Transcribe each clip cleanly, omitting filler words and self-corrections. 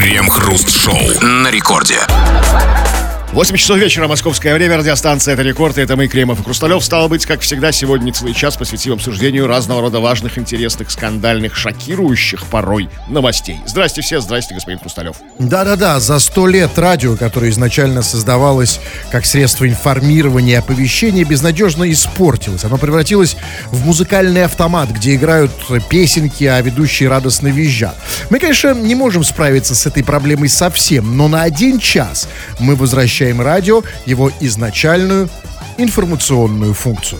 Крем-хруст-шоу на рекорде. 8 часов вечера, московское время, радиостанция «Это рекорд», и это мы, Кремов и Хрусталев. Стало быть, как всегда, сегодня целый час посвятим обсуждению разного рода важных, интересных, скандальных, шокирующих порой новостей. Здрасте все, здрасте, господин Хрусталев. Да-да-да, за 100 лет радио, которое изначально создавалось как средство информирования и оповещения, безнадежно испортилось. Оно превратилось в музыкальный автомат, где играют песенки, а ведущие радостно визжат. Мы, конечно, не можем справиться с этой проблемой совсем, но на 1 час мы возвращаем радио его изначальную информационную функцию.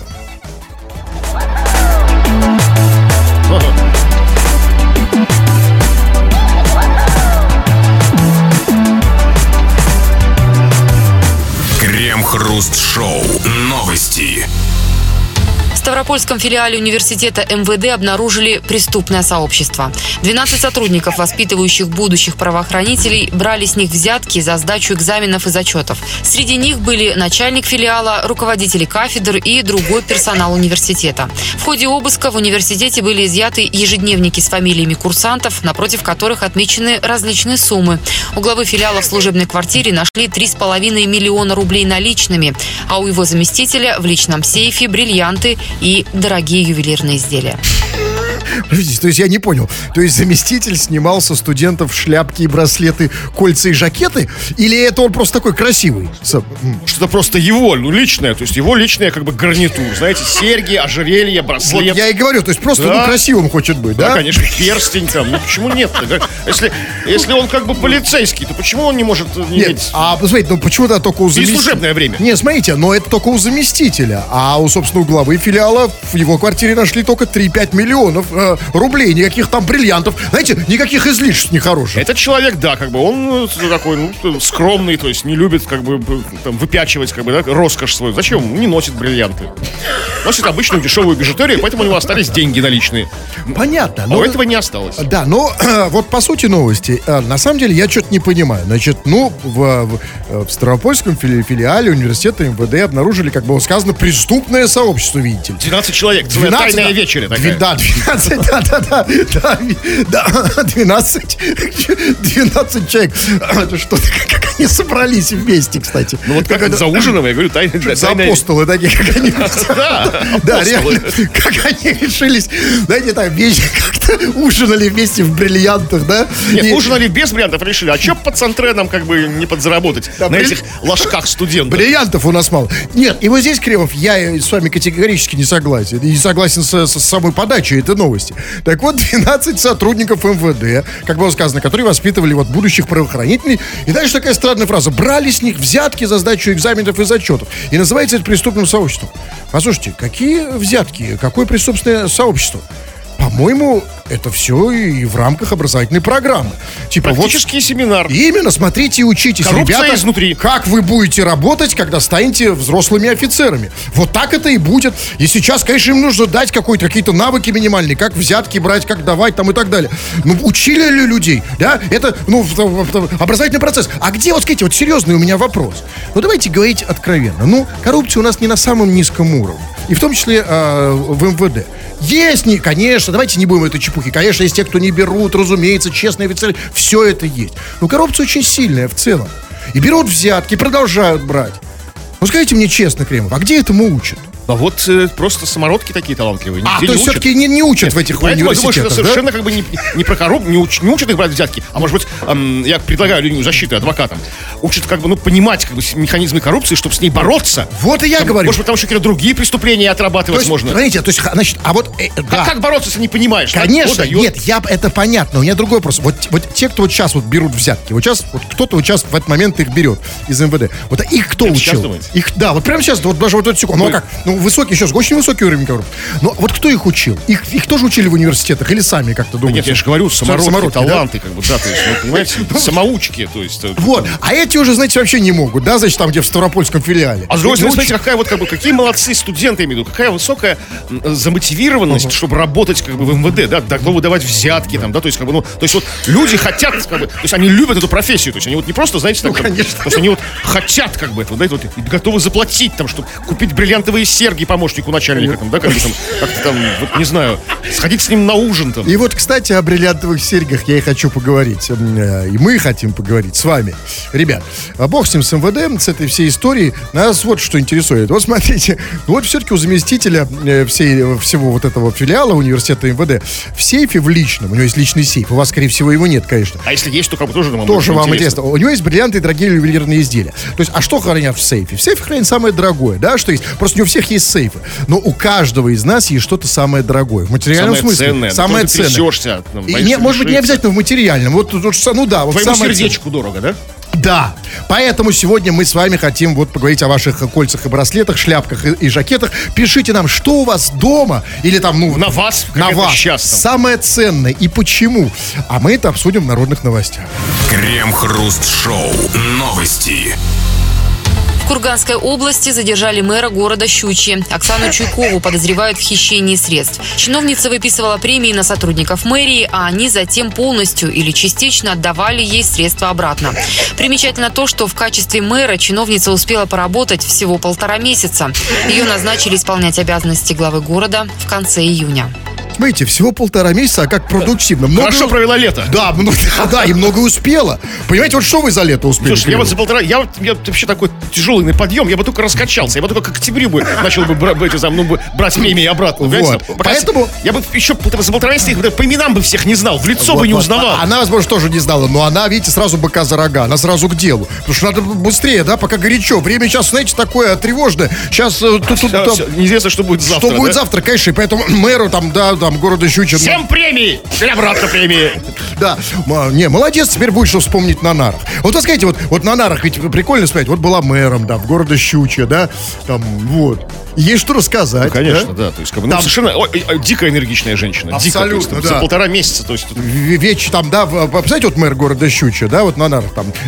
Крем-хруст-шоу. Новости. В Ставропольском филиале университета МВД обнаружили преступное сообщество. 12 сотрудников, воспитывающих будущих правоохранителей, брали с них взятки за сдачу экзаменов и зачетов. Среди них были начальник филиала, руководители кафедр и другой персонал университета. В ходе обыска в университете были изъяты ежедневники с фамилиями курсантов, напротив которых отмечены различные суммы. У главы филиала в служебной квартире нашли 3,5 миллиона рублей наличными, а у его заместителя в личном сейфе бриллианты и дорогие ювелирные изделия. Подождите, то есть я не понял. То есть заместитель снимал со студентов шляпки и браслеты, кольца и жакеты? Или это он просто такой красивый? Что-то просто его, личное, то есть его личное как бы гарнитур. Знаете, серьги, ожерелье, браслет. Вот я и говорю, то есть просто красивым хочет быть, да? Да, конечно, перстень там. Ну почему нет-то? Если он как бы полицейский, то почему он не может не Нет, видеть? посмотрите, почему-то только у заместителя. И служебное время. Нет, смотрите, но это только у заместителя. А собственно, у главы филиала в его квартире нашли только 3-5 миллионов рублей. Никаких там бриллиантов. Знаете, никаких излишеств нехороших. Этот человек, да, как бы он такой, скромный, то есть не любит как бы там выпячивать как бы, да, роскошь свою. Зачем? Не носит бриллианты. Носит обычную дешевую бижутерию, поэтому у него остались деньги наличные. Понятно. Но этого не осталось. Да, но вот по сути новости. На самом деле я что-то не понимаю. Значит, в Ставропольском филиале университета МВД обнаружили, как было сказано, преступное сообщество, видите ли. 12 человек, целая тайная вечеря такая. Да, 12, да, 12 человек. Это что-то, как они собрались вместе, кстати. Ну вот как за ужином, я говорю, тайная. За апостолы такие, как они. Да, реально, как они решились, знаете, так, как-то ужинали вместе в бриллиантах, да? Нет, ужинали без бриллиантов, решили, а чё по центренам как бы не подзаработать на этих ложках студентов? Бриллиантов у нас мало. Нет, и вот здесь, Кремов, я с вами категорически не согласен. И не согласен с самой подачей этой новости. Так вот, 12 сотрудников МВД, как было сказано, которые воспитывали вот будущих правоохранителей. И дальше такая странная фраза. Брали с них взятки за сдачу экзаменов и зачетов. И называется это преступным сообществом. Послушайте, какие взятки? Какое преступное сообщество? По-моему, это все и в рамках образовательной программы. Типа практический семинар. Именно, смотрите и учитесь. Коррупция ребята, изнутри. Как вы будете работать, когда станете взрослыми офицерами. Вот так это и будет. И сейчас, конечно, им нужно дать какие-то навыки минимальные, как взятки брать, как давать там и так далее. Ну, учили ли людей, да? Это, образовательный процесс. А где, вот скажите, вот серьезный у меня вопрос. Ну, давайте говорить откровенно. Ну, коррупция у нас не на самом низком уровне. И в том числе в МВД. Есть, конечно, давайте не будем этой чепухи. Конечно, есть те, кто не берут, разумеется, честные офицеры. Все это есть. Но коррупция очень сильная в целом. И берут взятки, продолжают брать. Ну, скажите мне честно, Кремов, а где этому учат? А вот просто самородки такие талантливые. То есть все-таки не учат в этих университетах, я думаю, что это совершенно как бы не про коррупцию, не учат их брать взятки. А может быть, я предлагаю линию защиты адвокатам. Учат как бы, понимать как бы механизмы коррупции, чтобы с ней бороться. Вот и я говорю. Может быть, там еще какие-то другие преступления отрабатывать можно. Смотрите, то есть, значит, а вот... да. Как бороться, если не понимаешь? Конечно, нет, это понятно. У меня другой вопрос. Вот те, кто вот сейчас вот берут взятки, вот сейчас, вот кто-то вот сейчас в этот момент их берет из МВД. Вот их кто учил? Да, вот прямо сейчас, вот даже вот эту секунду. Ну а как? Ну, высокий, еще очень высокий уровень коррупции. Но вот кто их учил? Их тоже учили в университетах или сами как-то думаете? Нет, я же говорю, самородки, таланты, как бы, да, то есть, понимаете, самоучки, то есть. Вот, а эти уже, знаете, вообще не могут, да, значит, там, где в Ставропольском филиале. А с другой стороны, смотрите, какая вот, как бы, какие молодцы студенты, я имею в виду, какая высокая замотивированность, чтобы работать, как бы, в МВД, да, готовы давать взятки, там, да, то есть, как бы, то есть, вот, люди хотят, как бы, то есть, они любят эту профессию, то есть, они вот не просто, знаете, так, конечно. То есть, они вот хотят, как бы, это, вот, вот, готовы заплатить, там, чтобы купить бриллиантовые серьги, Сергей, помощнику начальника, там, да, как-то там, вот, не знаю, сходить с ним на ужин там. И вот, кстати, о бриллиантовых серьгах я и хочу поговорить. И мы хотим поговорить с вами. Ребят, бог с ним, с МВД, с этой всей историей. Нас вот что интересует. Вот смотрите, вот все-таки у заместителя всего вот этого филиала университета МВД в сейфе в личном, у него есть личный сейф, у вас, скорее всего, его нет, конечно. А если есть, то как бы тоже вам Тоже вам интересно. У него есть бриллианты и дорогие ювелирные изделия. То есть, а что хранят в сейфе? В сейфе хранят самое дорогое, да, что есть. Просто не у всех есть сейфы. Но у каждого из нас есть что-то самое дорогое. В материальном смысле. Ценное. Самое ценное. Трясешься, там, Может быть, не обязательно в материальном. Вот, ну да, вот твоему самое сердечку дорого, да? Да, поэтому сегодня мы с вами хотим вот поговорить о ваших кольцах и браслетах, шляпках и жакетах. Пишите нам, что у вас дома или там, ну... На вас, на вас. Сейчас, там. Самое ценное и почему. А мы это обсудим в народных новостях. Крем-хруст-шоу. Новости. В Курганской области задержали мэра города Щучье. Оксану Чуйкову подозревают в хищении средств. Чиновница выписывала премии на сотрудников мэрии, а они затем полностью или частично отдавали ей средства обратно. Примечательно то, что в качестве мэра чиновница успела поработать всего 1,5 месяца. Ее назначили исполнять обязанности главы города в конце июня. Смотрите, всего 1,5 месяца, а как продуктивно. Хорошо провела лето. Да, да, и много успела. Понимаете, вот что вы за лето успели? Слушай, я вот за 1,5, я вообще такой тяжелый на подъем, я бы только раскачался, я бы только к октябрю начал бы брать премии обратно. Вот. Поэтому... Я бы еще за 1,5 месяца по именам бы всех не знал, в лицо бы не узнавал. Она, возможно, тоже не знала, но она, видите, сразу быка за рога, она сразу к делу. Потому что надо быстрее, да, пока горячо. Время сейчас, знаете, такое тревожное. Сейчас неизвестно, что будет завтра. Что будет завтра, конечно, и поэтому мэру там города Щучье. Всем премии! И обратно премии! Да, не, молодец, теперь будет что вспомнить на нарах. Вот вы скажите, вот на нарах ведь прикольно вспомнить. Вот была мэром, да, в городе Щучье, да, там, вот. Есть что рассказать. Ну, конечно, да. То есть, как бы, совершенно дикая энергичная женщина. Абсолютно, да. За 1,5 месяца, то есть... Вечер там, да, представляете, вот мэр города Щучье, да, вот на нарах,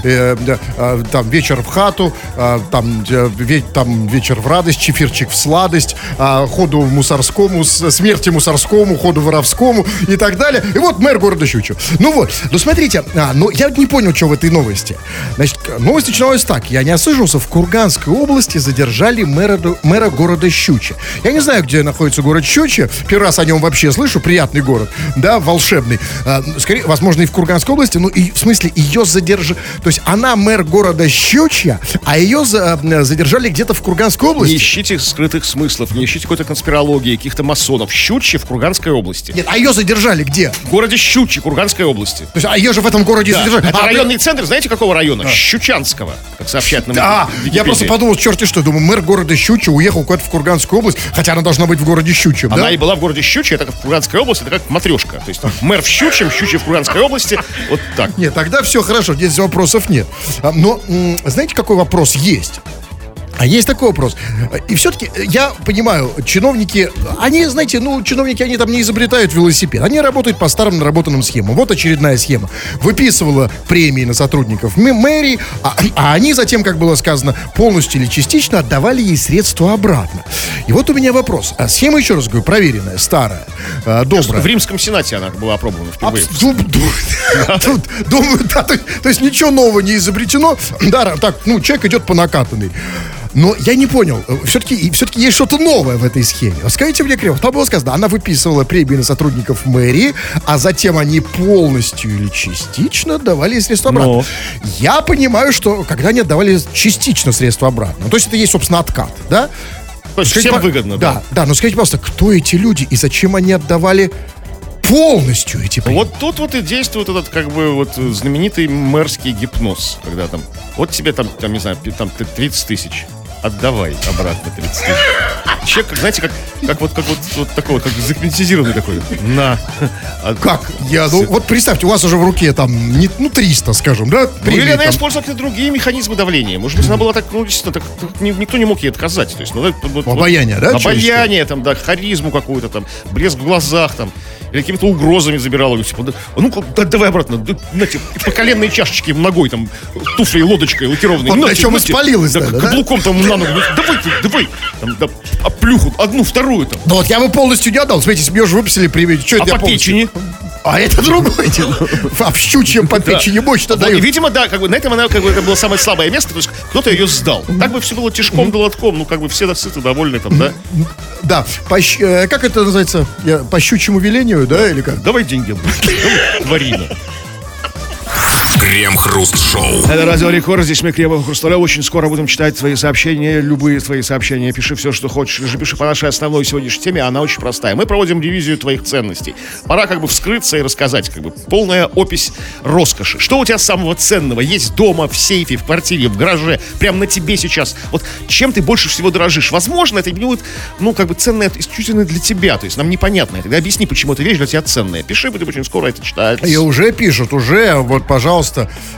там вечер в хату, там вечер в радость, чефирчик в сладость, ходу мусорскому, смерти мусорскому, ходу воровскому и так далее. И вот мэр города Щучье. Ну вот, ну смотрите, ну я не понял, что в этой новости. Значит, новость начиналась так. Я не ослышался, в Курганской области задержали мэра города Щучье. Я не знаю, где находится город Щучье. Первый раз о нем вообще слышу. Приятный город, да, волшебный. Скорее, возможно, и в Курганской области, ну и в смысле ее задержали. То есть она мэр города Щучье, а ее задержали где-то в Курганской области. Не ищите скрытых смыслов, не ищите какой-то конспирологии, каких-то масонов. Щучье в Курганской области. Нет, а ее задержали где? В городе Щучье, Курганской области. То есть, а ее же в этом городе задержали. Это районный центр, знаете, какого района? Щучанского, как сообщает нам Википедия. Я просто подумал, черти что, думаю, мэр города Щучье уехал куда-то в Курганскую область, хотя она должна быть в городе Щучьем, да? Она и была в городе Щучье, это как в Курганской области, это как матрешка. То есть мэр в Щучьем, Щучье в Курганской области, вот так. Нет, тогда все хорошо, здесь вопросов нет. Но знаете, какой вопрос есть? А есть такой вопрос. И все-таки я понимаю, чиновники, они, знаете, чиновники, они там не изобретают велосипед. Они работают по старым наработанным схемам. Вот очередная схема. Выписывала премии на сотрудников мэрии, а они затем, как было сказано, полностью или частично отдавали ей средства обратно. И вот у меня вопрос. Схема, еще раз говорю, проверенная, старая, добрая. В Римском Сенате она была опробована впервые. Думаю, да, то есть ничего нового не изобретено. Да, так, человек идет по накатанной. Но я не понял, все-таки есть что-то новое в этой схеме. Скажите мне, Кремов, там было сказано, она выписывала премии на сотрудников мэрии, а затем они полностью или частично отдавали средства обратно. Я понимаю, что когда они отдавали частично средства обратно, то есть это есть, собственно, откат, да? То есть всем выгодно, да? Да, но скажите, пожалуйста, кто эти люди и зачем они отдавали полностью эти премии? Вот тут вот и действует этот, как бы, вот знаменитый мэрский гипноз, когда там, вот тебе там не знаю, там 30 тысяч. Отдавай обратно 30 тысяч. Человек, как, знаете, как вот такой, как загипнотизированный такой. На. Как? Вот представьте, у вас уже в руке там, 300, скажем, да? Или она использовала какие-то другие механизмы давления. Может быть, она была так, действительно, никто не мог ей отказать. То есть, обаяние, да? Обаяние, там, да, харизму какую-то, там, блеск в глазах, там. Или какими-то угрозами забирала. Типа, ну-ка, давай обратно. Знаете, по коленной чашечке ногой, там, туфлей, лодочкой лакированной. Вот на чем испалилась, да? Каблуком там на ногу. Давай. Там, да, плюху, одну, вторую там. Да вот я бы полностью не отдал. Смотрите, себе уже выписали премию. А по печени? А это другое дело. А в щучьем по печени мощно Вот, дают. и, видимо, да, как бы на этом она, как бы, это было самое слабое место, то есть кто-то ее сдал. Так бы все было тишком да лотком, ну, как бы все сыты, довольны там, да? Да, как это называется? По щучьему велению, да, или как? Давай деньги. Творимо. Крем-хруст-шоу. Это Радио Рекорд, здесь мы, Кремов и Хрусталев. Очень скоро будем читать твои сообщения, любые твои сообщения. Пиши все, что хочешь. Или же пиши по нашей основной сегодняшней теме, она очень простая. Мы проводим ревизию твоих ценностей. Пора как бы вскрыться и рассказать, как бы полная опись роскоши. Что у тебя самого ценного есть дома, в сейфе, в квартире, в гараже, прямо на тебе сейчас? Вот чем ты больше всего дорожишь? Возможно, это будет, ну, как бы ценное исключительно для тебя. То есть нам непонятно. Тогда объясни, почему эта вещь для тебя ценная. Пиши, будем очень скоро это читать. И уже пишут, вот, пожалуйста,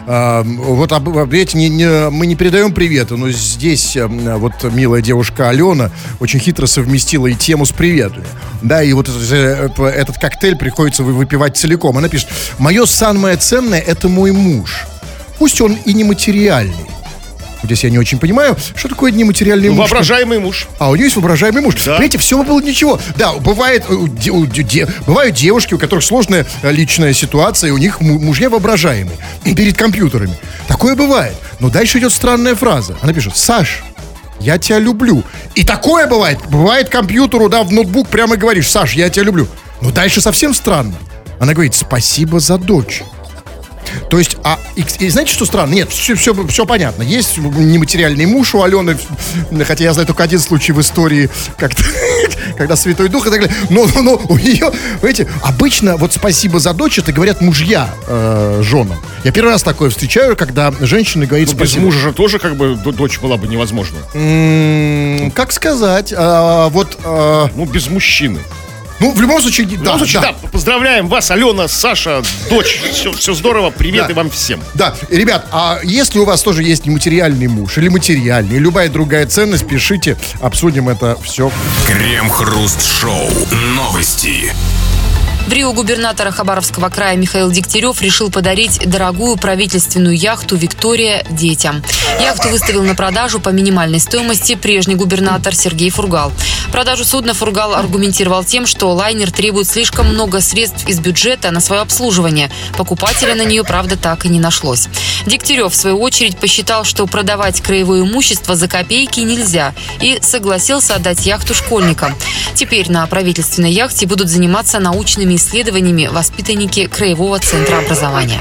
вот видите, мы не передаем приветы, но здесь вот милая девушка Алена очень хитро совместила и тему с приветами. Да, и вот этот коктейль приходится выпивать целиком. Она пишет: мое самое ценное — это мой муж. Пусть он и нематериальный. Здесь я не очень понимаю, что такое нематериальный муж. Воображаемый муж. А, у нее есть воображаемый муж. Да. Понимаете, все было ничего. Да, бывают девушки, у которых сложная личная ситуация, и у них мужья воображаемые перед компьютерами. Такое бывает. Но дальше идет странная фраза. Она пишет: Саш, я тебя люблю. И такое бывает. Бывает компьютеру, да, в ноутбук прямо говоришь: Саш, я тебя люблю. Но дальше совсем странно. Она говорит: спасибо за дочь. То есть, и знаете, что странно? Нет, все понятно. Есть нематериальный муж у Алены, хотя я знаю только один случай в истории, когда Святой Дух и так далее. Но у нее, знаете, обычно вот спасибо за дочь, это говорят мужья женам. Я первый раз такое встречаю, когда женщина говорит спасибо. Без мужа же тоже как бы дочь была бы невозможна. Как сказать? Ну, без мужчины. Ну, в любом случае, да. Поздравляем вас, Алена, Саша, дочь. Все здорово, привет и вам всем. Да, ребят, а если у вас тоже есть нематериальный муж или материальный, любая другая ценность, пишите, обсудим это все. Крем-хруст-шоу. Новости. В Рио губернатор Хабаровского края Михаил Дегтярев решил подарить дорогую правительственную яхту «Виктория» детям. Яхту выставил на продажу по минимальной стоимости прежний губернатор Сергей Фургал. Продажу судна Фургал аргументировал тем, что лайнер требует слишком много средств из бюджета на свое обслуживание. Покупателя на нее, правда, так и не нашлось. Дегтярев, в свою очередь, посчитал, что продавать краевое имущество за копейки нельзя, и согласился отдать яхту школьникам. Теперь на правительственной яхте будут заниматься научными исследованиями воспитанники Краевого центра образования.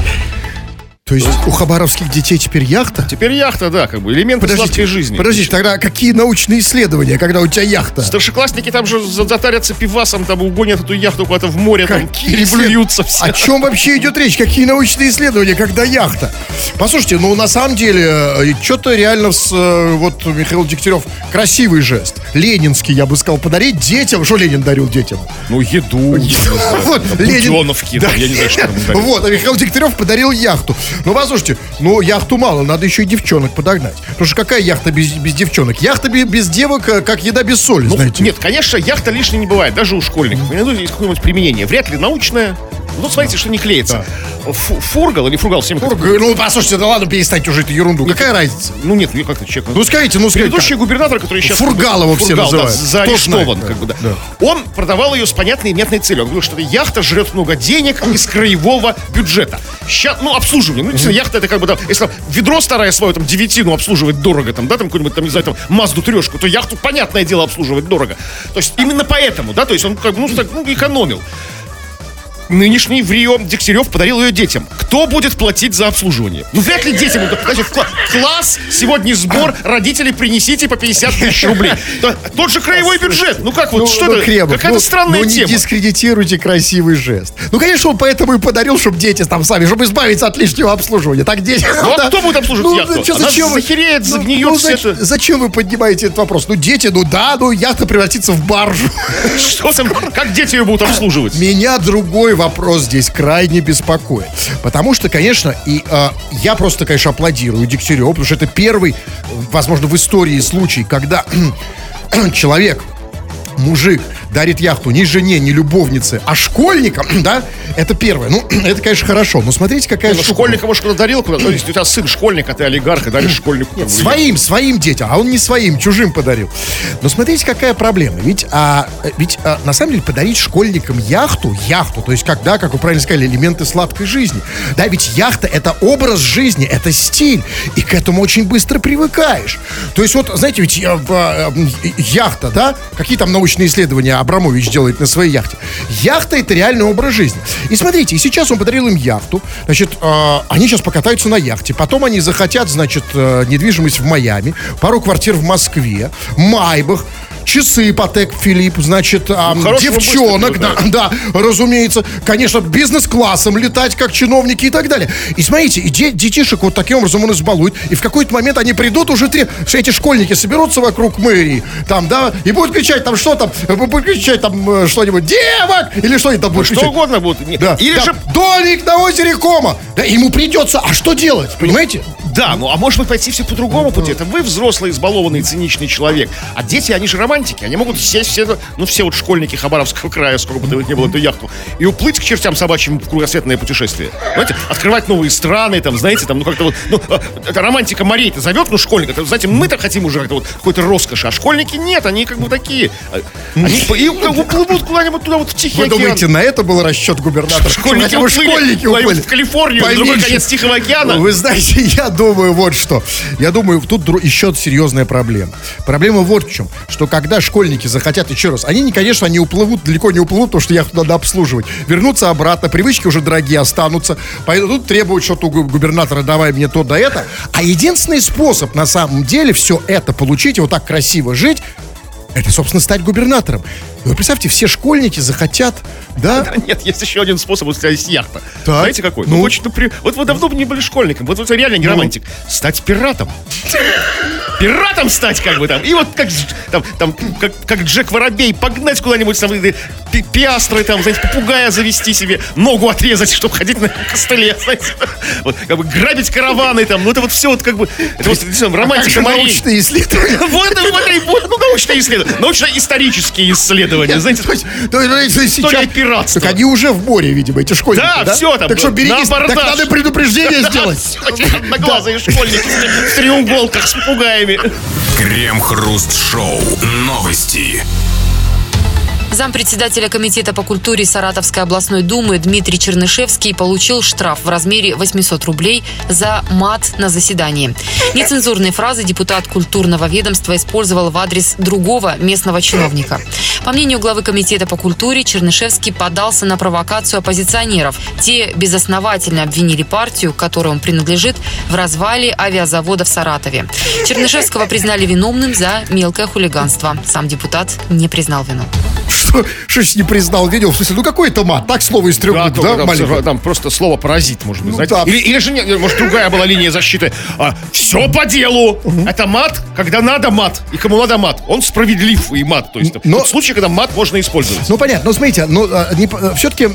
То есть у хабаровских детей теперь яхта? Теперь яхта, да, как бы элементы сладкой жизни. Подождите, тогда какие научные исследования, когда у тебя яхта? Старшеклассники там же затарятся пивасом, там угонят эту яхту куда-то в море, там переплюются все. О чем вообще идет речь? Какие научные исследования, когда яхта? Послушайте, ну на самом деле, что-то реально вот Михаил Дегтярев красивый жест. Ленинский, я бы сказал, подарить детям. Что Ленин дарил детям? Ну, еду. Буденовки, я не знаю, что там дарил. Вот, а Михаил Дегтярев подарил яхту. Ну, послушайте, яхту мало, надо еще и девчонок подогнать. Потому что какая яхта без девчонок? Яхта без девок, как еда без соли, знаете. Нет, конечно, яхта лишней не бывает, даже у школьников. Я думаю, есть какое-нибудь применение. Вряд ли научное. Ну, смотрите, что не клеится. Да. Фургал или фургал? Ну, послушайте, да ладно, перестаньте уже эту ерунду. Какая разница? Ну, нет, я как-то чекну. Ну, скажите. Предыдущий губернатор, который сейчас... Фургалова все называют. Заарештован, как бы, да. Он продавал ее с понятной и метной целью. Он говорил, что эта яхта жрет много денег из краевого бюджета. Обслуживание. Ну, действительно, яхта это как бы, да, если ведро старое свое, там, девятину обслуживать дорого, там, да, там, какую-нибудь, там, не знаю, там, Мазду трешку, то яхту, понятное дело, обслуживать дорого. То есть, именно поэтому, да, то есть, он, как бы, экономил. Нынешний в Рио Дегтярев подарил ее детям. Кто будет платить за обслуживание? Ну, вряд ли детям будут платить. Класс, сегодня сбор, родители, принесите по 50 тысяч рублей. Тот же краевой бюджет. Ну, как вот, что это? Какая-то странная тема. Не дискредитируйте красивый жест. Ну, конечно, он поэтому и подарил, чтобы дети там сами, чтобы избавиться от лишнего обслуживания. Так дети... Ну, а кто будет обслуживать яхту? Она захереет, загниет все это. Зачем вы поднимаете этот вопрос? Ну, дети, яхта превратится в баржу. Что там? Как дети ее будут обслуживать? Меня другой вопрос здесь крайне беспокоит. Потому что, конечно, я просто, конечно, аплодирую Дегтяреву, потому что это первый, возможно, в истории случай, когда человек, мужик, дарит яхту не жене, не любовнице, а школьникам, да, это первое. Ну, это, конечно, хорошо, но смотрите, какая штука. Школьника, может, куда дарил, куда? Ну, если у тебя сын школьник, а ты олигарх, и даришь школьнику. Нет, своим детям, а он не своим, чужим подарил. Но смотрите, какая проблема. Ведь на самом деле подарить школьникам яхту, то есть как вы правильно сказали, элементы сладкой жизни. Да, ведь яхта — это образ жизни, это стиль, и к этому очень быстро привыкаешь. То есть вот, знаете, ведь яхта, да, какие там научные исследования Абрамович делает на своей яхте. Яхта — это реальный образ жизни. И смотрите, и сейчас он подарил им яхту, значит, они сейчас покатаются на яхте, потом они захотят, значит, недвижимость в Майами, пару квартир в Москве, Майбах, часы Патек Филипп, значит, девчонок, да, разумеется, конечно, бизнес-классом летать, как чиновники и так далее. И смотрите, и детишек вот таким образом он избалует, и в какой-то момент они придут уже, эти школьники соберутся вокруг мэрии, там, да, и будут кричать там, будут кричать там что-нибудь, девок, или что-нибудь там будут кричать. Что угодно будут. Да. Или же домик на озере Кома. Да, ему придется, а что делать, понимаете? Да, ну а может быть пойти все по другому пути. Это вы взрослый, избалованный, циничный человек. А дети, они же романтики. Они могут сесть все вот школьники Хабаровского края, сколько бы не было эту яхту, и уплыть к чертям собачьим в кругосветное путешествие. Знаете, открывать новые страны, там, знаете, там, ну как-то вот, ну, это романтика морей-то зовет, ну, школьника. Знаете, мы-то хотим уже как-то вот какой-то роскоши, а школьники нет, они как бы такие. Они уплывут куда-нибудь туда вот в Тихий океан. Вы думаете, на это был расчет губернатора? Школьники уплыли в Калифорнию, в другой конец Тихого океана. Вы знаете, я думаю вот что. Я думаю, тут еще серьезная проблема. Проблема вот в чем, что когда школьники захотят еще раз, они, конечно, не уплывут, далеко не уплывут, потому что яхту надо обслуживать. Вернутся обратно, привычки уже дорогие останутся. Пойдут требовать что-то у губернатора, давай мне то да это. А единственный способ на самом деле все это получить и вот так красиво жить, это, собственно, стать губернатором. И вы представьте, все школьники захотят, да? Нет, есть еще один способ, вот у тебя есть яхта. Так. Знаете какой? Ну, вот вы давно бы не были школьником, вот вы реально не романтик. Стать пиратом. Пиратом стать, как бы там. И вот как Джек Воробей погнать куда-нибудь там, пиастры там, знаете, попугая завести себе, ногу отрезать, чтобы ходить на костыле, знаете. Вот, как бы грабить караваны там. Ну, это вот все вот как бы, это вот романтика морей. Научные исследования. Вот, научные исследования. Научно-исторические исследования, знаете. История пиратства. Так они уже в море, видимо, эти школьники, да? Все там. Так что берегись, так надо предупреждение сделать. Одноглазые школьники в треуголках с попугаями. Крем-хруст-шоу. Новости. Зампредседателя Комитета по культуре Саратовской областной думы Дмитрий Чернышевский получил штраф в размере 800 рублей за мат на заседании. Нецензурные фразы депутат культурного ведомства использовал в адрес другого местного чиновника. По мнению главы Комитета по культуре, Чернышевский подался на провокацию оппозиционеров. Те безосновательно обвинили партию, которой он принадлежит, в развале авиазавода в Саратове. Чернышевского признали виновным за мелкое хулиганство. Сам депутат не признал вину. Что ж не признал, видел? В смысле, ну какой это мат? Так слово из трех букв, да? Там просто слово «паразит», может быть, ну, знаете? Да. Или же, может, другая была линия защиты. Все по делу. Это мат, когда надо мат. И кому надо мат. Он справедлив и мат. То есть, в случае, когда мат можно использовать. Ну, понятно. Ну, смотрите, все-таки,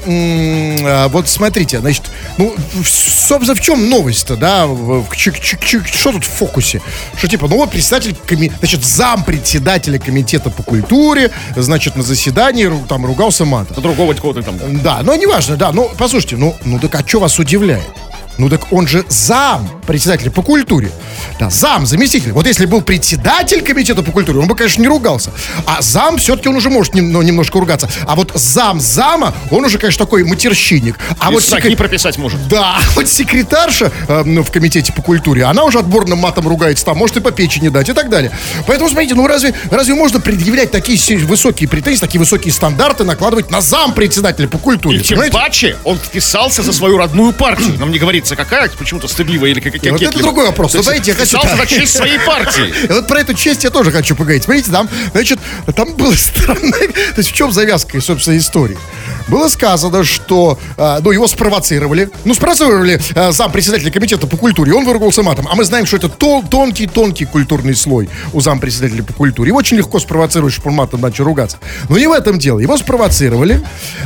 вот смотрите, значит, ну, собственно, в чем новость-то, да? Что тут в фокусе? Что типа, ну вот председатель, значит, зампредседателя Комитета по культуре, значит, на заседании там ругался матом. А другого кого-то там. Да, но неважно, да. Ну, послушайте, ну так а что вас удивляет? Ну так он же зам председателя по культуре. Да, заместитель. Вот если был председатель комитета по культуре, он бы, конечно, не ругался. А зам все-таки он уже может немножко ругаться. А вот зама, он уже, конечно, такой матерщинник. А вот не прописать может. Да, вот секретарша в комитете по культуре, она уже отборным матом ругается, там может и по печени дать и так далее. Поэтому, смотрите, ну разве можно предъявлять такие высокие претензии, такие высокие стандарты накладывать на зампредседателя по культуре? И тем паче он вписался за свою родную партию. Нам не говорится, какая, почему-то стыдливая или какая-то. Вот это другой вопрос. Вы знаете, я хочу... за честь своей партии. Вот про эту честь я тоже хочу поговорить. Смотрите, там было странно. То есть в чем завязка, собственно, истории? Было сказано, что его спровоцировали. Спровоцировали зампредседателя комитета по культуре, и он выругался матом. А мы знаем, что это тонкий культурный слой у зампредседателя по культуре. Его очень легко спровоцировать, чтобы он матом начал ругаться. Но не в этом дело. Его спровоцировали,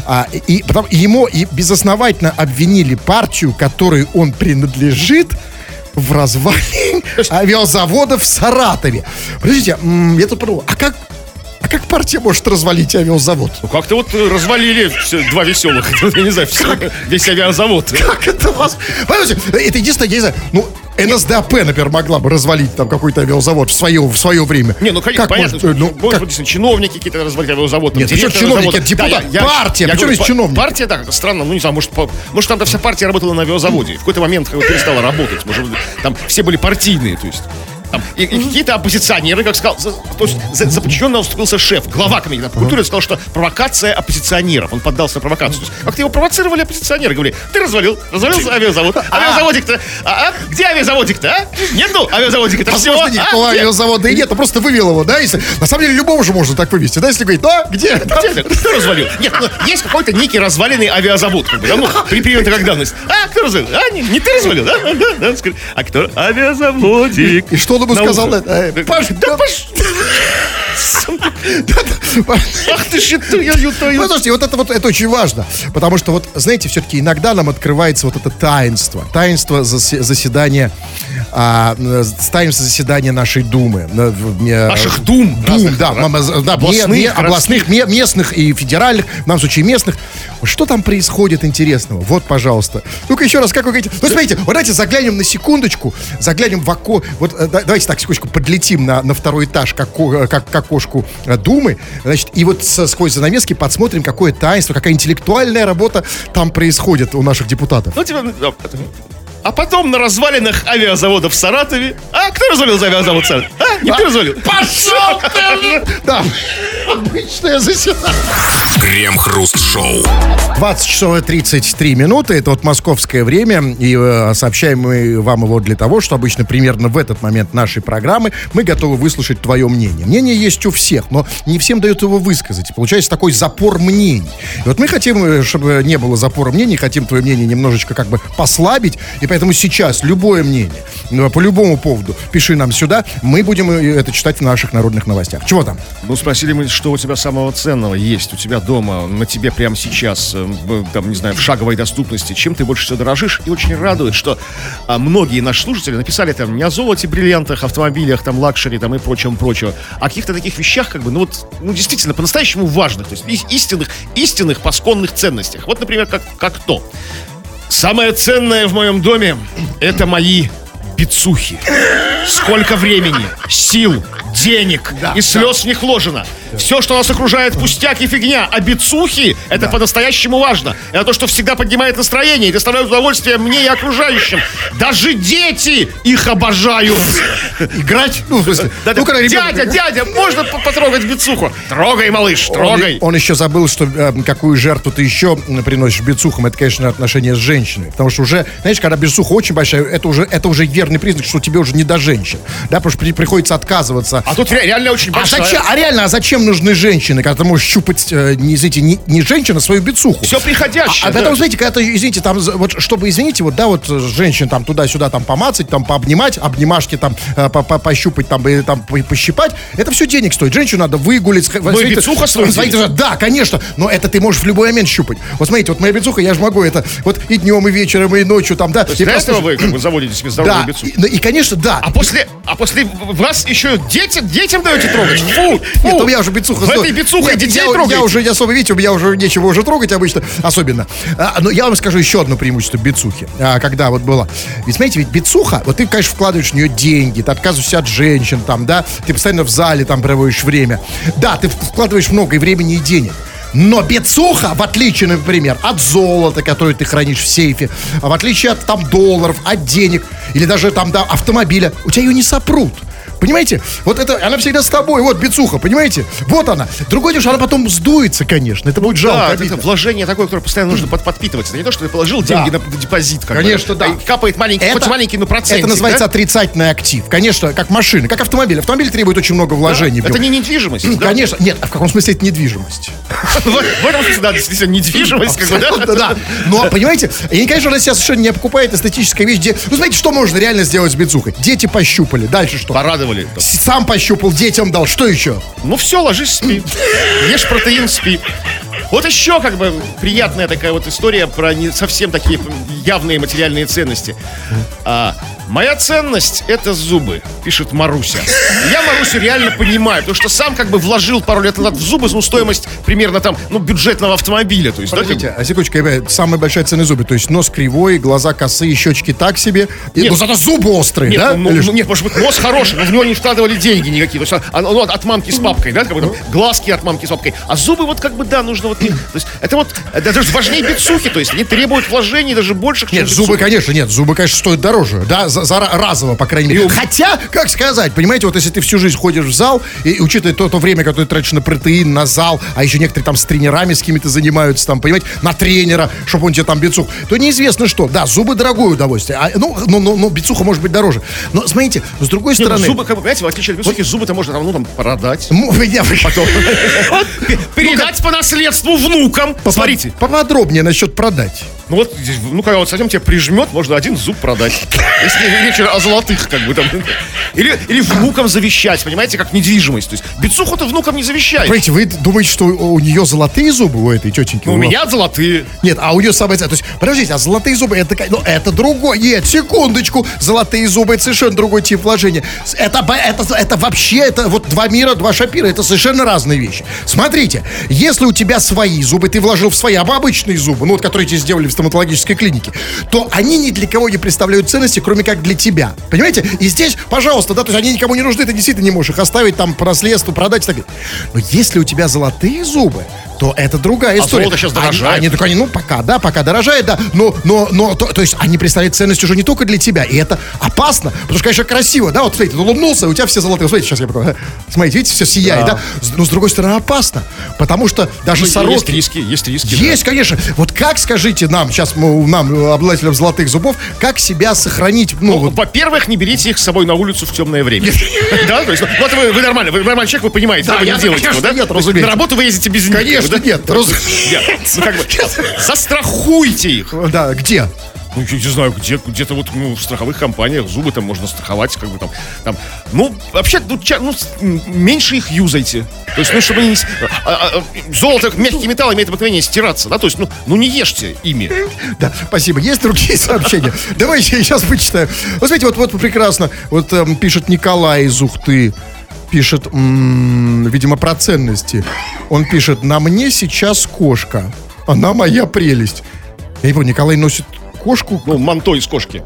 и потом его безосновательно обвинили партию, которой он принадлежит, в развале авиазавода в Саратове. Подождите, я тут подумал, а как как партия может развалить авиазавод? Ну, как-то вот развалили два веселых, я не знаю, весь авиазавод. Как это вас... Понимаете, это единственное, я не знаю, ну, НСДАП, например, могла бы развалить там какой-то авиазавод в свое время. Не, ну, конечно, понятно, чиновники какие-то развалить авиазавод. Нет, причем чиновники, это депутат, партия, причем есть чиновники. Партия, да, как-то странно, ну, не знаю, может, там вся партия работала на авиазаводе, в какой-то момент перестала работать, может, там все были партийные, то есть... И какие-то оппозиционеры, как сказал, то есть за подчиненного вступился шеф, глава комитета по культуре, сказал, что провокация оппозиционеров. Он поддался на провокацию. То есть, как-то его провоцировали оппозиционеры. Говорили, ты развалил авиазавод. Авиазаводик-то, где авиазаводик-то, а? Нету авиазаводика-то всего. Возможно, никакого авиазавода и нет, он просто вывел его, да? На самом деле, любого же можно так вывести, да? Если говорить, где? Кто развалил? Нет, есть какой-то некий разваленный авиазавод, как бы, да, ну, принято как данность. Кто развалил? Не ты развалил, да? А кто? Авиазаводик. И что он ему сказал? Паш, ах ты шитую. Слушайте, вот это очень важно. Потому что, вот, знаете, все-таки иногда нам открывается вот это таинство. Таинство заседания нашей Думы. Наших дум. Областных, местных и федеральных, в нашем случае местных. Что там происходит интересного? Вот, пожалуйста. Ну-ка еще раз, как вы говорите? Ну, смотрите, вот давайте заглянем на секундочку, заглянем в окно. Вот давайте так, секундочку, подлетим на второй этаж к окошку Думы, значит, и вот сквозь занавески подсмотрим, какое таинство, какая интеллектуальная работа там происходит у наших депутатов. Ну, а потом на развалинах авиазавода в Саратове. Кто развалил за авиазавод в Саратове? Не ты развалил? Пошел ты! Да, обычное заседание. Крем-хруст-шоу. 20 часов и 33 минуты. Это вот московское время. И сообщаем мы вам его для того, что обычно примерно в этот момент нашей программы мы готовы выслушать твое мнение. Мнение есть у всех, но не всем дают его высказать. И получается такой запор мнений. И вот мы хотим, чтобы не было запора мнений, хотим твое мнение немножечко как бы послабить. И поэтому сейчас любое мнение, по любому поводу, пиши нам сюда. Мы будем это читать в наших народных новостях. Чего там? Ну, спросили мы, что у тебя самого ценного есть у тебя дома, на тебе прямо сейчас, там, не знаю, в шаговой доступности. Чем ты больше всего дорожишь? И очень радует, что многие наши слушатели написали там не о золоте, бриллиантах, автомобилях, там, лакшери, там и прочем, а каких-то таких вещах, как бы, ну, действительно, по-настоящему важных, то есть истинных пасконных ценностях. Вот, например, как то. Самое ценное в моем доме — это мои бицухи. Сколько времени, сил, денег и слез в них вложено. Все, что нас окружает, пустяк и фигня. А бицухи — это по-настоящему важно. Это то, что всегда поднимает настроение и доставляет удовольствие мне и окружающим. Даже дети их обожают. Играть? Дядя, можно потрогать бицуху? Трогай, малыш, трогай. Он еще забыл, что какую жертву ты еще приносишь бицухам. Это, конечно, отношения с женщиной. Потому что уже, знаешь, когда бицуха очень большая, это уже верный признак, что тебе уже не до женщин. Да, потому что приходится отказываться. А тут реально очень большая. Зачем нужны женщины, когда ты можешь щупать, не женщина, а свою бицуху? Все приходящее. А потом, знаете, когда ты, извините, там, вот, чтобы, извините, вот, да, вот, женщин там туда-сюда там помацать, там, пообнимать, обнимашки там, пощупать, там, и там, пощипать, это все денег стоит. Женщину надо выгулить. Бицуха стоит. Да, конечно, но это ты можешь в любой момент щупать. Вот смотрите, вот моя бицуха, я же могу это, вот и днем, и вечером, и ночью, там, да. Для этого вы как бы заводите себе здоровую бицуху. И, конечно, да. А после вас еще детям даете трогать? Фу! Нет, у меня уже бицуха. В этой бицухой детей трогать. Я уже не особо, видите, у меня уже нечего уже трогать обычно, особенно. Но я вам скажу еще одно преимущество бицухи, когда вот было. Ведь, смотрите, ведь бицуха, вот ты, конечно, вкладываешь в нее деньги, ты отказываешься от женщин, там, да, ты постоянно в зале там проводишь время. Да, ты вкладываешь много и времени, и денег. Но бицуха, в отличие, например, от золота, которое ты хранишь в сейфе, в отличие от там долларов, от денег, или даже там, да, автомобиля, у тебя ее не сопрут. Понимаете? Вот это, она всегда с тобой, вот бицуха, понимаете? Вот она. Другое дело, что она потом сдуется, конечно. Это будет жалко. Да, это вложение такое, которое постоянно нужно подпитываться. Это не то, что ты положил деньги на депозит. Конечно, да. Капает маленький, хоть маленький, но процентик. Это называется отрицательный актив. Конечно, как машина, как автомобиль. Автомобиль требует очень много вложений. Это не недвижимость. Конечно. Нет, а в каком смысле это недвижимость? В этом смысле, да, действительно, недвижимость. Да. Но, понимаете, и, конечно, она себя совершенно не покупает эстетическая вещь, где... Ну, знаете, что можно реально сделать с бицухой? Дети пощупали. Дальше что? Порадовали. Сам пощупал, детям дал. Что еще? Ну все, ложись, спи. Ешь протеин, спи. Вот еще как бы приятная такая вот история про не совсем такие явные материальные ценности. Моя ценность — это зубы, пишет Маруся. Я Марусю реально понимаю, потому что сам как бы вложил пару лет назад в зубы, ну, стоимость примерно там, ну, бюджетного автомобиля. То есть, подождите, а секундочку, самая большая ценность зубы, то есть нос кривой, глаза косые, щечки так себе, но зато зубы острые, нет, да? Нет, может быть, нос хороший, но в него не вкладывали деньги никакие. То есть от мамки с папкой, да, как бы там, глазки от мамки с папкой. А зубы вот как бы, да, нужно вот... То есть это вот, это даже важнее бицухи, то есть они требуют вложений даже больших, чем Нет, зубы, конечно, стоят дороже, да, разово, по крайней мере. Хотя, как сказать, понимаете, вот если ты всю жизнь ходишь в зал, и учитывая то время, которое ты тратишь на протеин, на зал, а еще некоторые там с тренерами с какими-то занимаются, там, понимаете, на тренера, чтобы он тебе там бицух, то неизвестно что. Да, зубы дорогое удовольствие, но бицуха может быть дороже. Но, смотрите, с другой стороны... Зубы, как бы, понимаете, в отличие от бицухи, зубы-то можно там продать. Потом. Передать по наследству внукам. Смотрите. Поподробнее насчет продать. Ну вот, когда вот совсем тебя прижмет, можно один зуб продать. Если речь о золотых, как бы там. Или внукам завещать, понимаете, как недвижимость. То есть бицуху-то внукам не завещает. Смотрите, вы думаете, что у нее золотые зубы, у этой тетеньки? У меня золотые. Нет, а у нее самое... То есть, подождите, а золотые зубы, это другой... Нет, секундочку. Золотые зубы, это совершенно другой тип вложения. Это вообще, это вот два мира, два шапира. Это совершенно разные вещи. Смотрите, если у тебя свои зубы, ты вложил в свои обычные зубы, ну вот, которые тебе сделали в стоматологической клинике, то они ни для кого не представляют ценности, кроме как для тебя. Понимаете? И здесь, пожалуйста, да, то есть они никому не нужны, ты действительно не можешь их оставить там по наследству, продать и так далее. Но если у тебя золотые зубы, то это другая история. А золото сейчас дорожает. Пока дорожает, да. Но то есть они представляют ценность уже не только для тебя, и это опасно, потому что, конечно, красиво, да, вот смотрите, ты улыбнулся, и у тебя все золотые. Смотрите, сейчас я покажу. Смотрите, видите, все сияет, да. Но с другой стороны опасно, потому что даже сороки... Есть риски. Есть, конечно. Вот как, скажите нам, сейчас нам, обладателям золотых зубов, как себя сохранить? Во-первых, не берите их с собой на улицу в темное время. Да, то есть, вот вы нормальный человек, вы понимаете, что вы не делаете, да? Нет, разумеется. На работу вы ездите без них. Конечно, нет. Застрахуйте их. Да, где? Ну, я не знаю, где-то вот в страховых компаниях зубы там можно страховать, как бы там. Ну, вообще, меньше их юзайте. То есть, чтобы они золото, мягкий металл имеет обыкновение стираться, да, то есть, не ешьте ими. Да, спасибо. Есть другие сообщения? Давайте я сейчас вычитаю. Вот смотрите, вот прекрасно. Вот пишет Николай из Ухты. Пишет, видимо, про ценности. Он пишет: на мне сейчас кошка. Она моя прелесть. Я не помню, Николай носит кошку? Манто из кошки.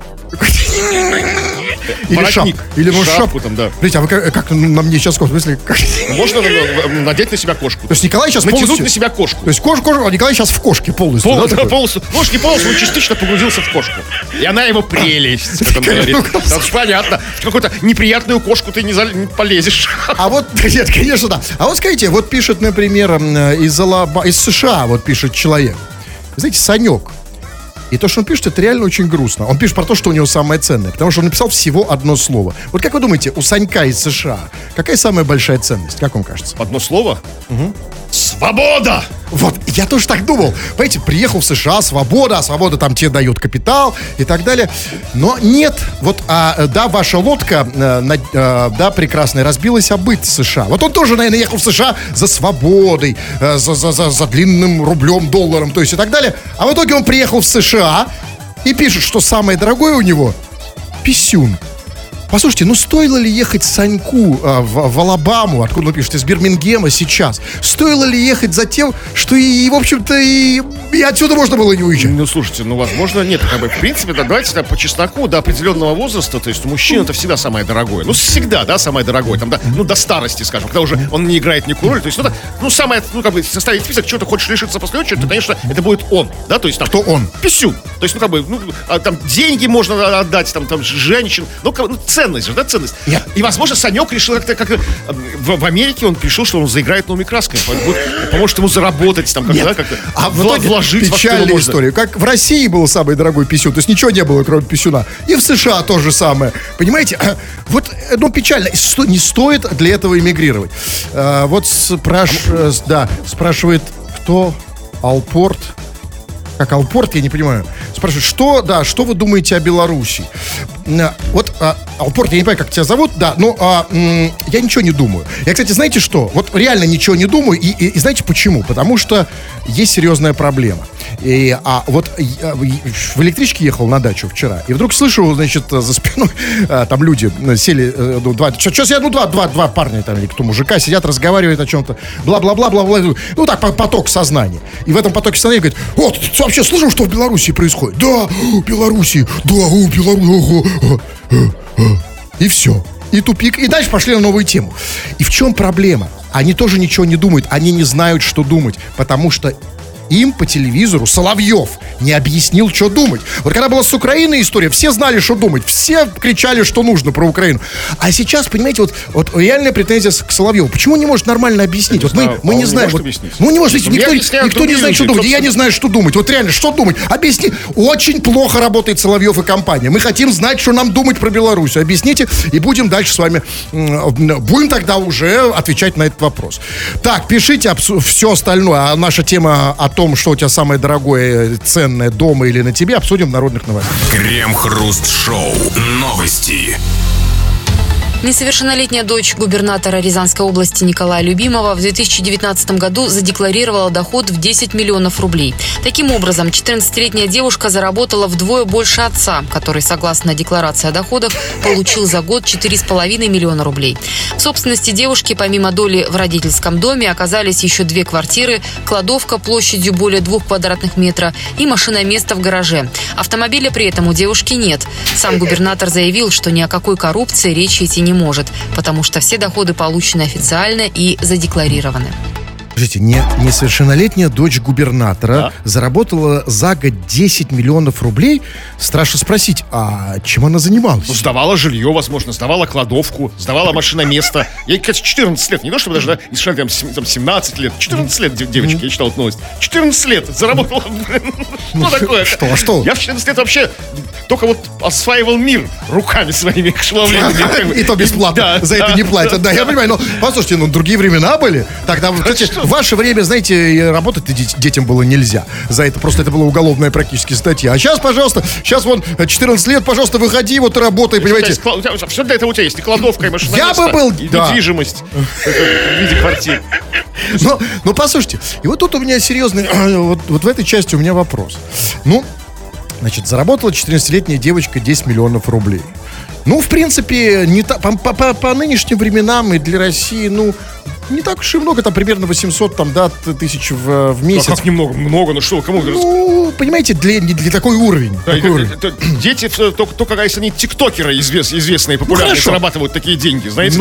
Или шапку. Или шапку там, да. Смотрите, а вы как на мне сейчас кошку? В смысле, как? Можно надеть на себя кошку. То есть Николай сейчас натянуть на себя кошку. То есть а Николай сейчас в кошке полностью. Полностью. Может, не полностью, он частично погрузился в кошку. И она его прелесть. Там понятно. В какую-то неприятную кошку ты не полезешь. А вот, нет, конечно, да. А вот скажите, вот пишет, например, из США, вот пишет человек. Знаете, Санек. И то, что он пишет, это реально очень грустно. Он пишет про то, что у него самое ценное. Потому что он написал всего одно слово. Вот как вы думаете, у Санька из США какая самая большая ценность? Как вам кажется? Одно слово? Угу. Свобода! Вот, я тоже так думал. Понимаете, приехал в США, свобода, а свобода там тебе дает капитал и так далее. Но нет, вот, да, ваша лодка, да, прекрасная, разбилась о быт США. Вот он тоже, наверное, ехал в США за свободой, за длинным рублем, долларом, то есть и так далее. А в итоге он приехал в США и пишет, что самое дорогое у него — писюн. Послушайте, стоило ли ехать Саньку в Алабаму, откуда он пишет, из Бирмингема сейчас? Стоило ли ехать за тем, что в общем-то, и отсюда можно было не уезжать? Слушайте, возможно, нет. В принципе, да, давайте по чесноку до определенного возраста, то есть у мужчин это всегда самое дорогое. Всегда, да, самое дорогое. Там, да, до старости, скажем, когда уже он не играет никакую роль. То есть, самое, составить список, чего ты хочешь лишиться после очереди, то, конечно, это будет он, да, то есть там... Кто он? Писюн. То есть, там деньги можно отдать, там женщин, ценность же, да, ценность. Нет. И, возможно, Санек решил, как в Америке он решил, что он заиграет новыми красками, поможет ему заработать, там, как-то вложить печальная история. Как в России был самый дорогой писюн, то есть ничего не было, кроме писюна. И в США то же самое. Понимаете? Вот, печально. Не стоит для этого эмигрировать. Вот спрашивает, кто Алпорт. Как Алпорт, я не понимаю. Спрашивают, что вы думаете о Беларуси? вот, Алпорт, я не понимаю, как тебя зовут, да, но я ничего не думаю. Я, кстати, знаете что? Вот реально ничего не думаю, и знаете почему? Потому что есть серьезная проблема. Вот в электричке ехал на дачу вчера, и вдруг слышу, значит, за спиной там люди сели, два парня там, или кто, мужика, сидят, разговаривают о чем-то, бла-бла-бла-бла-бла, ну так, поток сознания. И в этом потоке сознания говорит: вот, ты вообще слышал, что в Беларуси происходит? Да, в Беларуси, да, Беларусь. И все. И тупик. И дальше пошли на новую тему. И в чем проблема? Они тоже ничего не думают. Они не знают, что думать. Потому что им по телевизору Соловьев не объяснил, что думать. Вот когда была с Украиной история, все знали, что думать. Все кричали, что нужно про Украину. А сейчас, понимаете, вот реальная претензия к Соловьеву. Почему он не может нормально объяснить? Вот мы не знаем. Ну, не может объяснить. Никто не знает, что думать. И я не знаю, что думать. Вот реально, что думать? Объясни. Очень плохо работает Соловьев и компания. Мы хотим знать, что нам думать про Беларусь. Объясните, и будем дальше с вами... Будем тогда уже отвечать на этот вопрос. Так, пишите все остальное. А наша тема о том, что у тебя самое дорогое, ценное дома или на тебе, обсудим в народных новостях. Крем-хруст-шоу. Новости. Несовершеннолетняя дочь губернатора Рязанской области Николая Любимова в 2019 году задекларировала доход в 10 миллионов рублей. Таким образом, 14-летняя девушка заработала вдвое больше отца, который, согласно декларации о доходах, получил за год 4,5 миллиона рублей. В собственности девушки, помимо доли в родительском доме, оказались еще 2 квартиры, кладовка площадью более 2 квадратных метров и машиноместо в гараже. Автомобиля при этом у девушки нет. Сам губернатор заявил, что ни о какой коррупции речи идти не может, потому что все доходы получены официально и задекларированы. Скажите, несовершеннолетняя дочь губернатора заработала за год 10 миллионов рублей? Страшно спросить, а чем она занималась? Ну, сдавала жилье, возможно, сдавала кладовку, сдавала машиноместо. Ей, кстати, 14 лет, не то чтобы даже, да, если там 17 лет, 14 лет девочки, я читал эту новость. 14 лет заработала. Что такое? Что? Я в 14 лет вообще только вот осваивал мир руками своими шаловливыми. И то бесплатно, за это не платят. Да, я понимаю, но послушайте, другие времена были. Тогда, в ваше время, знаете, работать детям было нельзя. За это просто это была уголовная практически статья. А сейчас, пожалуйста, сейчас вон 14 лет, пожалуйста, выходи, вот работай, понимаете. Все для этого у тебя есть. И кладовка, и машиноместо. Я бы был, и недвижимость в виде квартир. Но послушайте, и вот тут у меня серьезный, вот в этой части у меня вопрос. Значит, заработала 14-летняя девочка 10 миллионов рублей. В принципе, не по нынешним временам и для России, не так уж и много, там примерно 800 тысяч в месяц. Как немного? Много, что, кому? Понимаете, для такой уровень. Дети, только если они тиктокеры известные, популярные, зарабатывают такие деньги, знаете?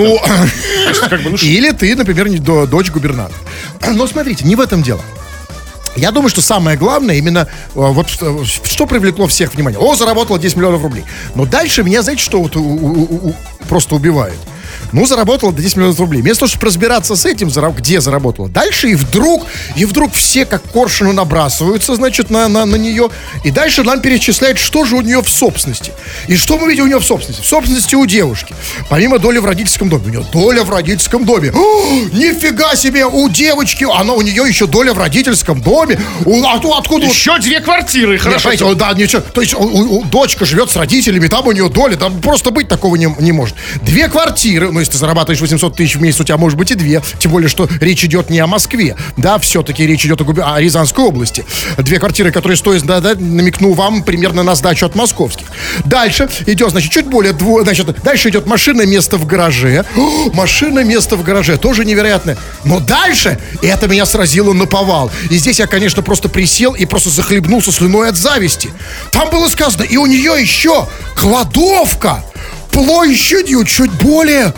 Или ты, например, дочь губернатора. Но смотрите, не в этом дело. Я думаю, что самое главное именно вот что привлекло всех внимание. Заработала 10 миллионов рублей. Но дальше меня, знаете, что вот просто убивает? Заработала 10 миллионов рублей. Вместо того, чтобы разбираться с этим, где заработала. Дальше и вдруг все как коршуны набрасываются, значит, на нее. И дальше нам перечисляют, что же у нее в собственности. И что мы видим у нее в собственности? В собственности у девушки. Помимо доли в родительском доме. У нее доля в родительском доме. Нифига себе, у девочки, у нее еще доля в родительском доме. Откуда? Еще 2 квартиры, хорошо. Ничего. То есть дочка живет с родителями, там у нее доля. Там просто быть такого не может. 2 квартиры. Если ты зарабатываешь 800 тысяч в месяц, у тебя может быть и 2. Тем более, что речь идет не о Москве. Да, все-таки речь идет о Рязанской области. 2 квартиры, которые стоят, намекну вам, примерно на сдачу от московских. Дальше идет, значит, чуть более... дальше идет машина-место в гараже. Машина-место в гараже. Тоже невероятное. Но дальше это меня сразило наповал. И здесь я, конечно, просто присел и просто захлебнулся слюной от зависти. Там было сказано, и у нее еще кладовка площадью чуть более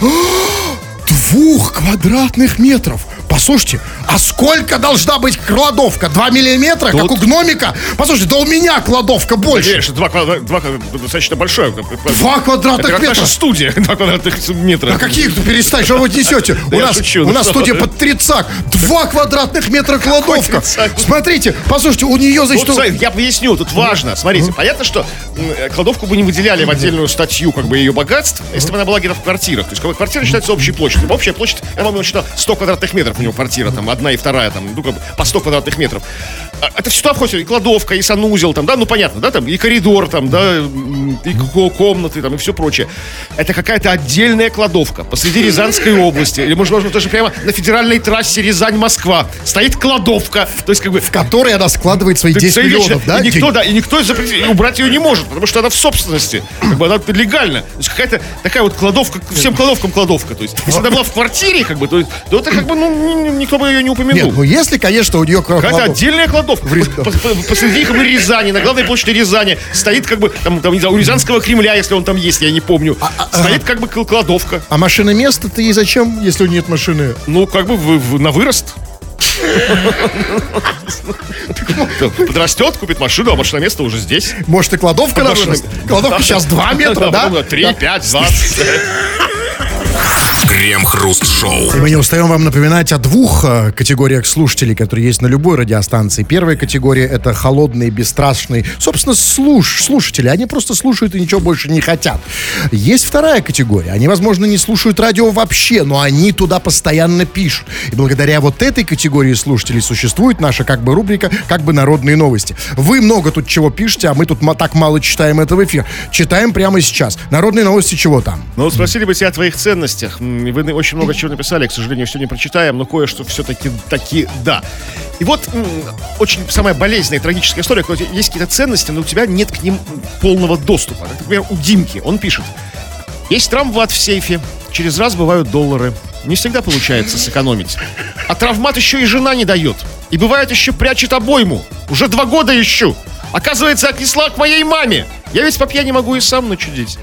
2 квадратных метров. Послушайте, а сколько должна быть кладовка? 2 миллиметра, как у гномика? Послушайте, да у меня кладовка больше. Конечно, 2 достаточно большое. 2 квадратных метра. Это наша студия, 2 квадратных метра. А какие перестань, что вы несете? У нас студия под тридцак. 2 квадратных метра кладовка. Смотрите, послушайте, у нее, значит... Я поясню, тут важно. Смотрите, понятно, что кладовку бы не выделяли в отдельную статью ее богатств, если бы она была где-то в квартирах. То есть квартира считается общей площадью. Общая площадь, я вам считал, 100 квадратных метров у него квартира, там, одна и вторая, там, ну, как бы по 100 квадратных метров. Это все туда входит, и кладовка, и санузел, там, да, ну, понятно, да, там, и коридор, там, да, и комнаты, там, и все прочее. Это какая-то отдельная кладовка посреди Рязанской области, или, может, даже прямо на федеральной трассе Рязань-Москва стоит кладовка, то есть, как бы... В которой она складывает свои 10 миллионов, да? И никто убрать ее не может, потому что она в собственности, как бы она легально. То есть какая-то такая вот кладовка, всем кладовкам кладовка. То есть, если она была в квартире, как бы, то это как бы, ну, никто бы ее не упомянул. Нет, ну если, конечно, у нее какая-то отдельная кладовка. Посреди как бы Рязани, на главной площади Рязани стоит как бы, там, не знаю, у Рязанского Кремля, если он там есть, я не помню, стоит как бы кладовка. А машина место-то ей зачем, если у нее нет машины? Ну, как бы на вырост. Подрастет, купит машину, а машина место уже здесь. Может, и кладовка на вырост? Кладовка сейчас 2 метра, да? 3, 5, 20. Крем-хруст-шоу. И мы не устаем вам напоминать о 2 категориях слушателей, которые есть на любой радиостанции. Первая категория — это холодные, бесстрастные, собственно, слушатели. Они просто слушают и ничего больше не хотят. Есть вторая категория. Они, возможно, не слушают радио вообще, но они туда постоянно пишут. И благодаря вот этой категории слушателей существует наша как бы рубрика «Как бы народные новости». Вы много тут чего пишете, а мы тут так мало читаем это в эфир. Читаем прямо сейчас. Народные новости чего там? Ну, спросили бы тебя о твоих ценностях. Вы очень много чего написали, к сожалению, все не прочитаем, но кое-что все-таки да. И вот очень самая болезненная, трагическая история, когда есть какие-то ценности, но у тебя нет к ним полного доступа. Например, у Димки, он пишет: есть травмат в сейфе, через раз бывают доллары. Не всегда получается сэкономить. А травмат еще и жена не дает. И бывает еще прячет обойму. Уже 2 года ищу. Оказывается, отнесла к моей маме. Я ведь по пьяни могу и сам начудить.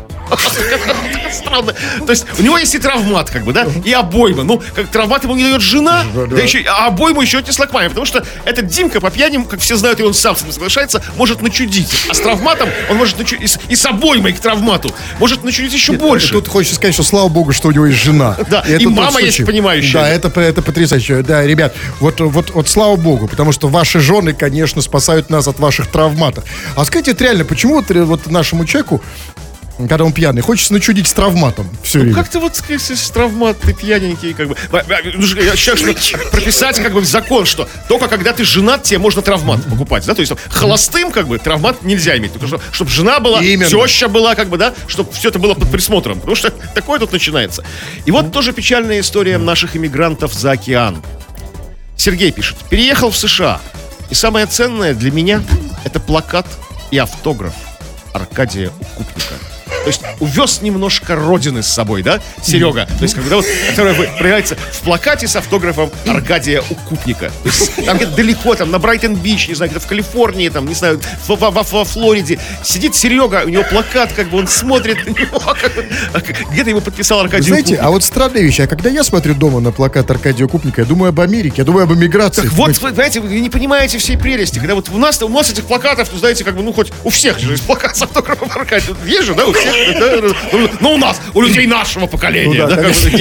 Странно. То есть у него есть и травмат, как бы, да, и обойма. Ну, как травмат ему не дает жена, да еще, а обойму еще отнесла к маме. Потому что этот Димка по пьяни, как все знают, и он сам с этим соглашается, может начудить. А с травматом он может начудить, и с обоймой к травмату может начудить еще больше. Тут хочется сказать, что слава богу, что у него есть жена. Да, и мама есть понимающая. Да, это потрясающе. Да, ребят, вот слава богу, потому что ваши жены, конечно, спасают нас от ваших травматов. А скажите, вот реально, почему вот нашему человеку, когда он пьяный, хочется начудить с травматом все время? Как-то вот с травмат, ты пьяненький, как бы. Я считаю, что прописать как бы в закон, что только когда ты женат, тебе можно травмат покупать, да, то есть холостым, как бы, травмат нельзя иметь, только чтобы жена была, теща была, как бы, да, чтобы все это было под присмотром, потому что такое тут начинается. И вот тоже печальная история наших иммигрантов за океан. Сергей пишет: переехал в США, и самое ценное для меня — это плакат и автограф Аркадия Укупника. То есть увез немножко родины с собой, да, Серега? То есть когда вот, которая проявляется в плакате с автографом Аркадия Укупника. То есть там где-то далеко, там на Брайтон-Бич, не знаю, где-то в Калифорнии, там, не знаю, во Флориде. Сидит Серега, у него плакат, как бы он смотрит на него, где-то его подписал Аркадий Укупник. Знаете, а вот странная вещь, а когда я смотрю дома на плакат Аркадия Укупника, я думаю об Америке, я думаю об эмиграции. Так вот, знаете, вы не понимаете всей прелести. Когда вот у нас этих плакатов, то, знаете, как бы, ну, хоть у всех же есть плакат с автографом Аркадия. Есть же, да, у всех. Ну, у нас, у людей нашего поколения. Ну, да,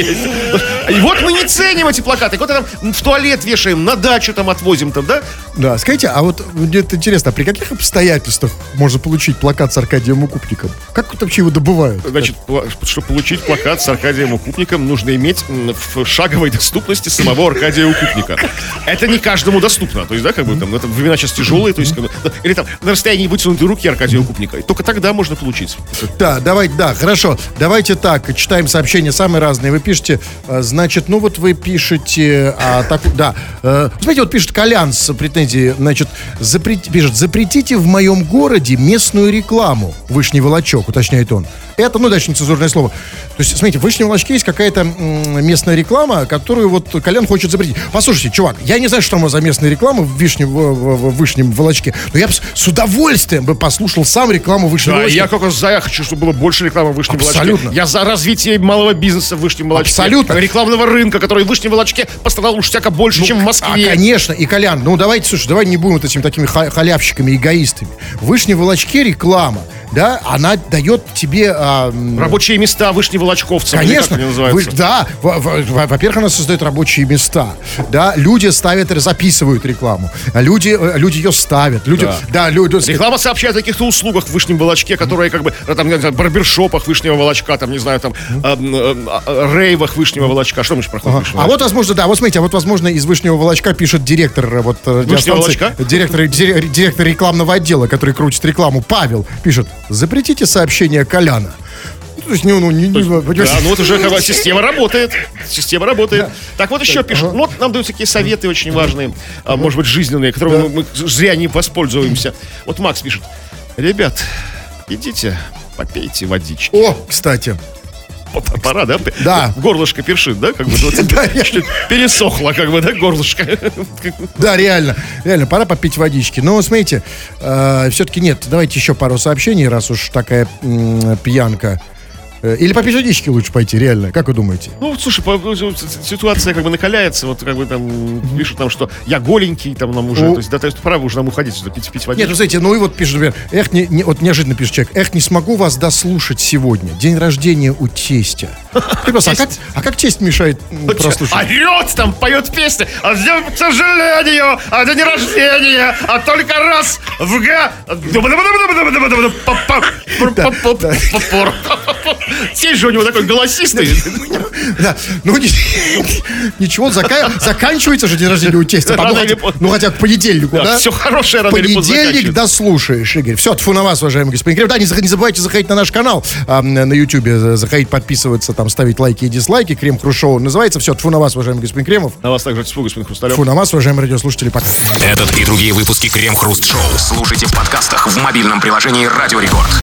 и вот мы не ценим эти плакаты. Вот там в туалет вешаем, на дачу там отвозим, там, да? Да, скажите, а вот мне это интересно, а при каких обстоятельствах можно получить плакат с Аркадием Укупником? Как вот вообще его добывают? Значит, чтобы получить плакат с Аркадием Укупником, нужно иметь в шаговой доступности самого Аркадия Укупника. Это не каждому доступно. То есть, да, как бы там, это времена сейчас тяжелые, то есть, как бы, или там на расстоянии вытянутой руки Аркадия Укупника. И только тогда можно получить. Да, хорошо. Давайте так, читаем сообщения самые разные. Вы пишете, значит, ну вот вы пишете, смотрите, вот пишет Колян с претензией, значит, пишет: запретите в моем городе местную рекламу. Вышний Волочок, уточняет он. Это, ну, дальше нецензурное слово. То есть, смотрите, в Вышнем Волочке есть какая-то местная реклама, которую вот Колян хочет запретить. Послушайте, чувак, я не знаю, что там за местная реклама в Вышнем Волочке, но я бы с удовольствием бы послушал сам рекламу Вышнего Волочка. Я как раз хочу, чтобы было больше рекламы в Вышнем Волочке. Абсолютно. Я за развитие малого бизнеса в Вышнем Волочке. Абсолютно. Рекламного рынка, который в Вышнем Волочке пострадал уж всяко больше, чем в Москве. Конечно. И, Колян, ну давайте, слушай, давай не будем вот этими такими халявщиками, эгоистами. В Вышнем Волочке реклама, да, она дает тебе... рабочие места вышневолочковцев. Конечно. Да. Во-первых, она создает рабочие места. Да, люди записывают рекламу. Люди ее ставят. Реклама сообщает о каких-то услугах в Вышнем Волочке, которые как бы там барбершопах вишневого молочка, там, не знаю, там, рейвах вишневого молочка. Что мы еще проходим? А вот, возможно, да, вот смотрите, а вот, возможно, из вишневого молочка пишет директор молочка? директор рекламного отдела, который крутит рекламу, Павел, пишет: запретите сообщение Коляна. То есть, да, ну вот уже как система работает. Система работает. Так вот еще пишут. Ну, вот нам дают такие советы очень важные, может быть, жизненные, которыми мы зря не воспользуемся. Вот Макс пишет: ребят, идите, попейте водички. О, кстати. Пора, да? Да. Горлышко першит, да? Как бы пересохло, как бы, да, горлышко. Да, реально, пора попить водички. Но, смотрите, все-таки нет, давайте еще пару сообщений, раз уж такая пьянка. Или попить водички лучше пойти, реально, как вы думаете? Ну, слушай, ситуация как бы накаляется, вот как бы там пишут нам, что я голенький, там нам уже, то есть пора уже нам уходить сюда, пить водички. Нет, ну, знаете, ну и вот пишут, например, вот неожиданно пишет человек: не смогу вас дослушать сегодня, день рождения у тестя. А как тесть мешает прослушать? Орет там, поет песни, а к сожалению, а день рождения, а только раз в Тесть же у него такой голосистый. Да, ну ничего, заканчивается же день рождения у тестя. Ну хотя к понедельнику, да? Все хорошее рано или поздно понедельник дослушаешь, Игорь. Все, тьфу на вас, уважаемый господин Кремов. Да, не забывайте заходить на наш канал на Ютубе, заходить, подписываться, там, ставить лайки и дизлайки. Крем Хруст-шоу называется. Все, тьфу на вас, уважаемый господин Кремов. На вас также тьфу, господин Хрусталев. Тьфу на вас, уважаемые радиослушатели, пока. Этот и другие выпуски Крем Хруст Шоу слушайте в подкастах в мобильном приложении Радио Рекорд.